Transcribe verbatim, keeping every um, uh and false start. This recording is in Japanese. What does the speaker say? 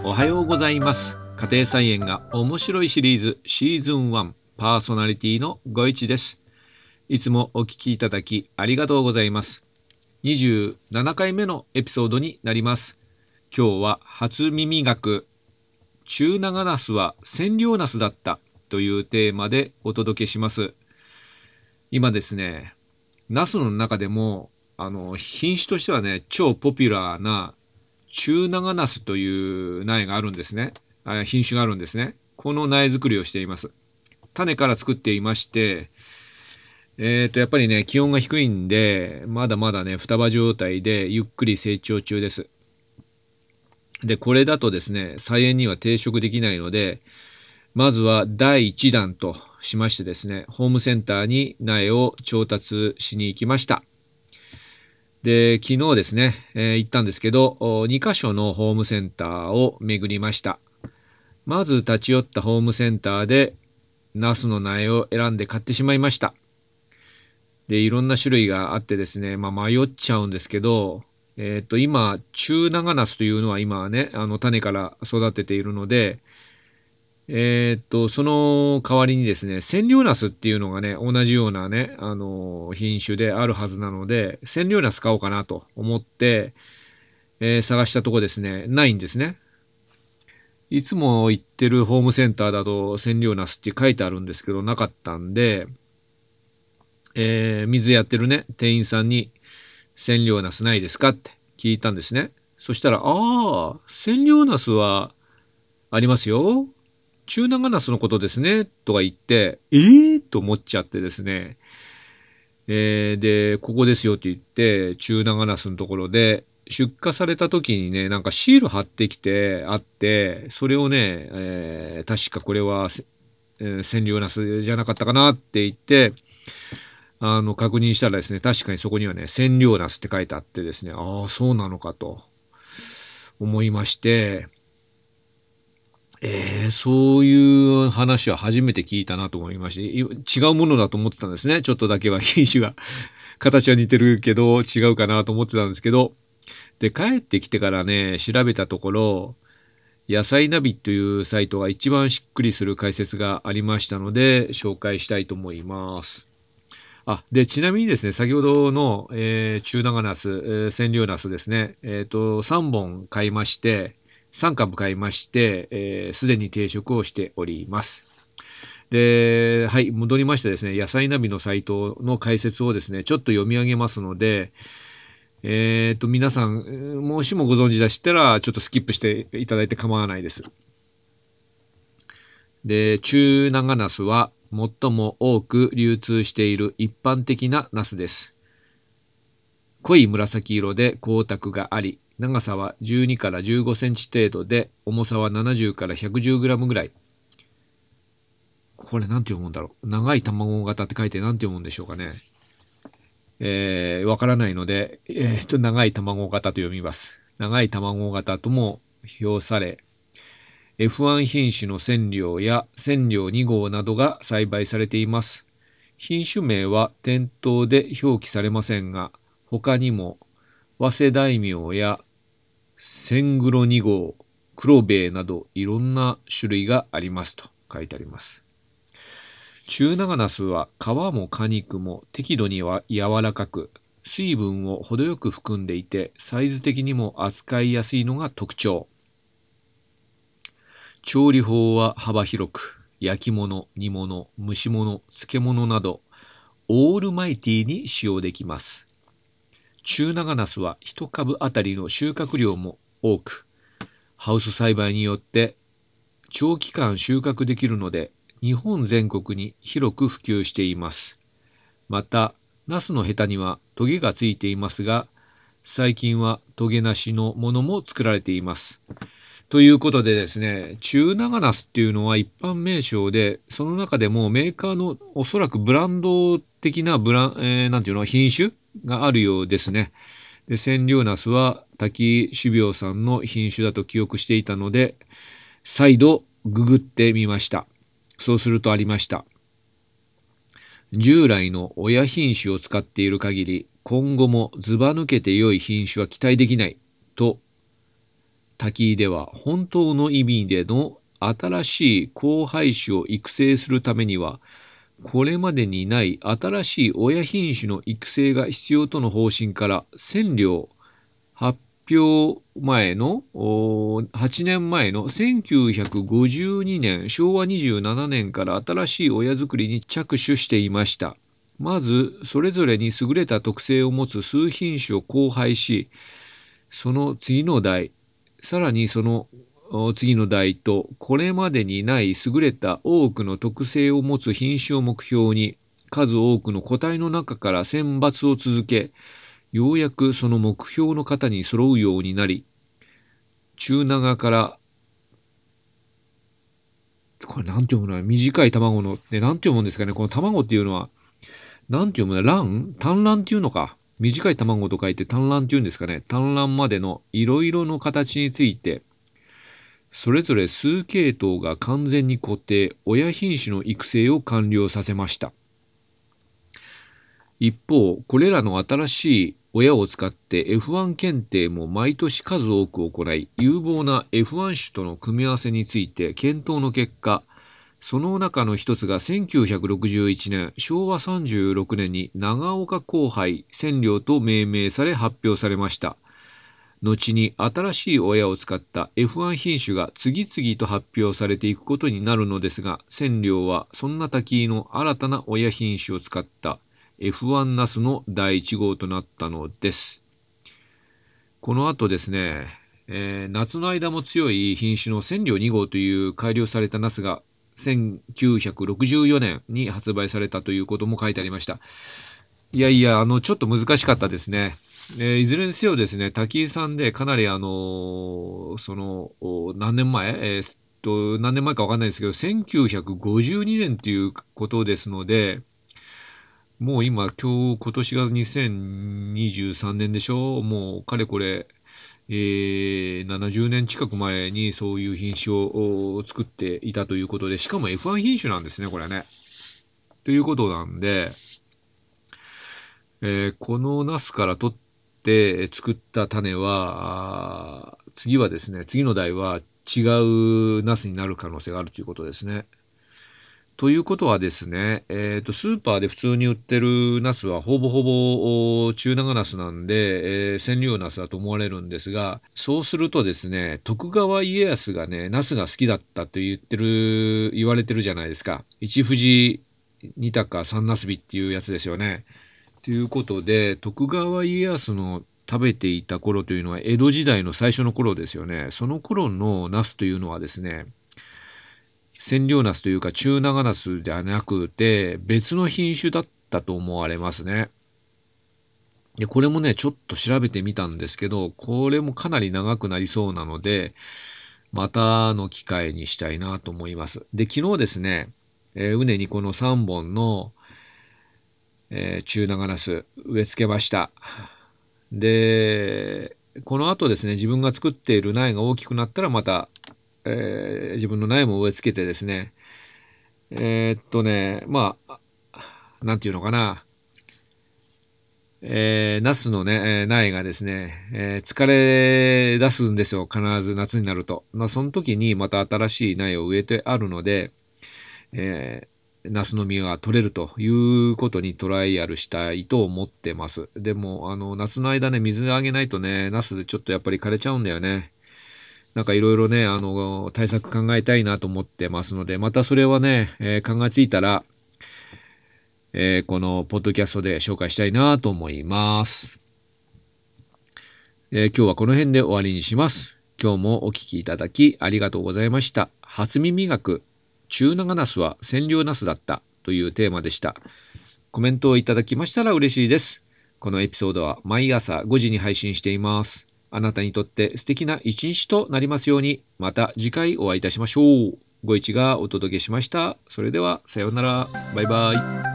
おはようございます。家庭菜園が面白いシリーズシーズンワンパーソナリティのごいちです。いつもお聞きいただきありがとうございます。にじゅうななかいめのエピソードになります。今日は初耳学、中長ナスは千両ナスだったというテーマでお届けします。今ですね、ナスの中でもあの品種としてはね、超ポピュラーな中長ナスという苗があるんですね。品種があるんですね。この苗作りをしています。種から作っていまして、えっと、やっぱりね、気温が低いんで、まだまだね、双葉状態でゆっくり成長中です。で、これだとですね、菜園には定食できないので、まずはだいいちだんとしましてですね、ホームセンターに苗を調達しに行きました。で、昨日ですね、えー行ったんですけど、にかしょのホームセンターを巡りました。まず立ち寄ったホームセンターで、ナスの苗を選んで買ってしまいました。で、いろんな種類があってですね、まあ、迷っちゃうんですけど、えっと、今、中長ナスというのは今はね、あの、種から育てているので、えっと、その代わりにですね、千両ナスっていうのがね、同じようなね、あの、品種であるはずなので、千両ナス買おうかなと思って、えー探したとこですね、ないんですね。いつも行ってるホームセンターだと千両ナスって書いてあるんですけど、なかったんで、えー水やってるね、店員さんに千両ナスないですかって聞いたんですね。そしたら、ああ、千両ナスはありますよ。中長ナスのことですね。とか言って、ええー、と思っちゃってですね。えーで、ここですよって言って、中長ナスのところで、出荷された時にね、なんかシール貼ってきてあって、それをね、えー確かこれは、えー千両ナスじゃなかったかなって言って、あの、確認したらですね、確かにそこにはね、千両ナスって書いてあってですね、ああ、そうなのかと思いまして、えー、そういう話は初めて聞いたなと思いまして、違うものだと思ってたんですね。ちょっとだけは品種が。形は似てるけど違うかなと思ってたんですけど、で、帰ってきてからね、調べたところ、野菜ナビというサイトが一番しっくりする解説がありましたので、紹介したいと思います。あ、で、ちなみにですね、先ほどの、えー中長ナス、えー千両ナスですね、えっと、さんぼん買いまして、さんかぶ買いまして、えーすでに定食をしております。で、はい、戻りましてですね、野菜ナビのサイトの解説をですね、ちょっと読み上げますので、えっと、皆さん、もしもご存知でしたら、ちょっとスキップしていただいて構わないです。で、中長ナスは最も多く流通している一般的なナスです。濃い紫色で光沢があり、長さはじゅうにからじゅうごセンチ程度で、重さはななじゅうからひゃくじゅうグラムぐらい。これなんて読むんだろう。長い卵型って書いてなんて読むんでしょうかね。えー、わからないので、えー、と長い卵型と読みます。長い卵型とも評され、エフワン 品種の千両や千両に号などが栽培されています。品種名は店頭で表記されませんが、他にも早稲大名や千黒に号、黒兵衛などいろんな種類がありますと書いてあります。中長ナスは皮も果肉も適度には柔らかく、水分を程よく含んでいて、サイズ的にも扱いやすいのが特徴。調理法は幅広く、焼き物、煮物、蒸し物、漬物など、オールマイティに使用できます。中長ナスはいちかぶあたりの収穫量も多く、ハウス栽培によって長期間収穫できるので、日本全国に広く普及しています。また、ナスのヘタにはトゲがついていますが、最近はトゲなしのものも作られています。ということでですね、中長ナスっていうのは一般名称で、その中でもメーカーのおそらくブランド的なブラン、えーなんていうの、品種があるようですね。で、千両ナスは滝種苗さんの品種だと記憶していたので、再度ググってみました。そうするとありました。従来の親品種を使っている限り、今後もずば抜けて良い品種は期待できないと滝井では本当の意味での新しい交配種を育成するためには、これまでにない新しい親品種の育成が必要との方針から千両発表前のはちねんまえのせんきゅうひゃくごじゅうにねん、しょうわにじゅうななねんから新しい親作りに着手していました。まずそれぞれに優れた特性を持つ数品種を交配し、その次の代、さらにその次の代と、これまでにない優れた多くの特性を持つ品種を目標に、数多くの個体の中から選抜を続け、ようやくその目標の型に揃うようになり、中長から、これなんて読むの？短い卵の、ね、なんて読むんですかね。この卵っていうのは、なんて読むの？卵？単卵っていうのか。短い卵と書いて単卵っていうんですかね。単卵までのいろいろの形について、それぞれ数系統が完全に固定、親品種の育成を完了させました。一方、これらの新しい親を使って エフワン 検定も毎年数多く行い、有望な エフワン 種との組み合わせについて検討の結果、その中の一つがせんきゅうひゃくろくじゅういちねん、しょうわさんじゅうろくねんに長岡交配千両と命名され発表されました。後に新しい親を使った エフワン 品種が次々と発表されていくことになるのですが、千両はそんな滝井の新たな親品種を使った エフワン ナスのだいいち号となったのです。この後ですね、えー、夏の間も強い品種の千両に号という改良されたナスがせんきゅうひゃくろくじゅうよねんに発売されたということも書いてありました。いやいや、あの、ちょっと難しかったですね。えー、いずれにせよですね、滝井さんでかなりあのーその、何年前えー、っと、何年前かわかんないですけど、せんきゅうひゃくごじゅうにねんということですので、もう今、今日、今年がにせんにじゅうさんねんでしょ。もう、かれこれ、えー、ななじゅうねん近く前にそういう品種を作っていたということで、しかも エフワン 品種なんですね、これね。ということなんで、えー、このナスから取って作った種は、次はですね、次の代は違うナスになる可能性があるということですね。ということはですね、えーと、スーパーで普通に売ってるナスはほぼほぼ中長ナスなんで、えー、千両ナスだと思われるんですが、そうするとですね、徳川家康がね、ナスが好きだったと言ってる、言われてるじゃないですか。一富士二鷹三ナスビっていうやつですよね。ということで、徳川家康の食べていた頃というのは江戸時代の最初の頃ですよね。その頃のナスというのはですね、千両ナスというか中長ナスではなくて別の品種だったと思われますね。で、これもね、ちょっと調べてみたんですけど、これもかなり長くなりそうなので、またの機会にしたいなと思います。で、昨日ですね、えー、畝にこのさんぼんの、えー、中長ナス植え付けました。で、この後ですね、自分が作っている苗が大きくなったらまた、えー自分の苗も植え付けてですね、えーっとね、まあ、なんていうのかな、えー、ナスのね、えー苗がですね、えー疲れ出すんですよ、必ず夏になると。まあ、その時にまた新しい苗を植えてあるので、えーナスの実が取れるということにトライアルしたいと思ってます。でも、あの、夏の間ね、水あげないとね、ナスちょっとやっぱり枯れちゃうんだよね。なんかいろいろね、あの、対策考えたいなと思ってますので、またそれはね、えー考えついたら、えーこのポッドキャストで紹介したいなと思います。えー今日はこの辺で終わりにします。今日もお聞きいただきありがとうございました。初耳学、中長ナスは千両ナスだったというテーマでした。コメントをいただきましたら嬉しいです。このエピソードは毎朝ごじに配信しています。あなたにとって素敵な一日となりますように、また次回お会いいたしましょう。ご一がお届けしました。それではさようなら。バイバイ。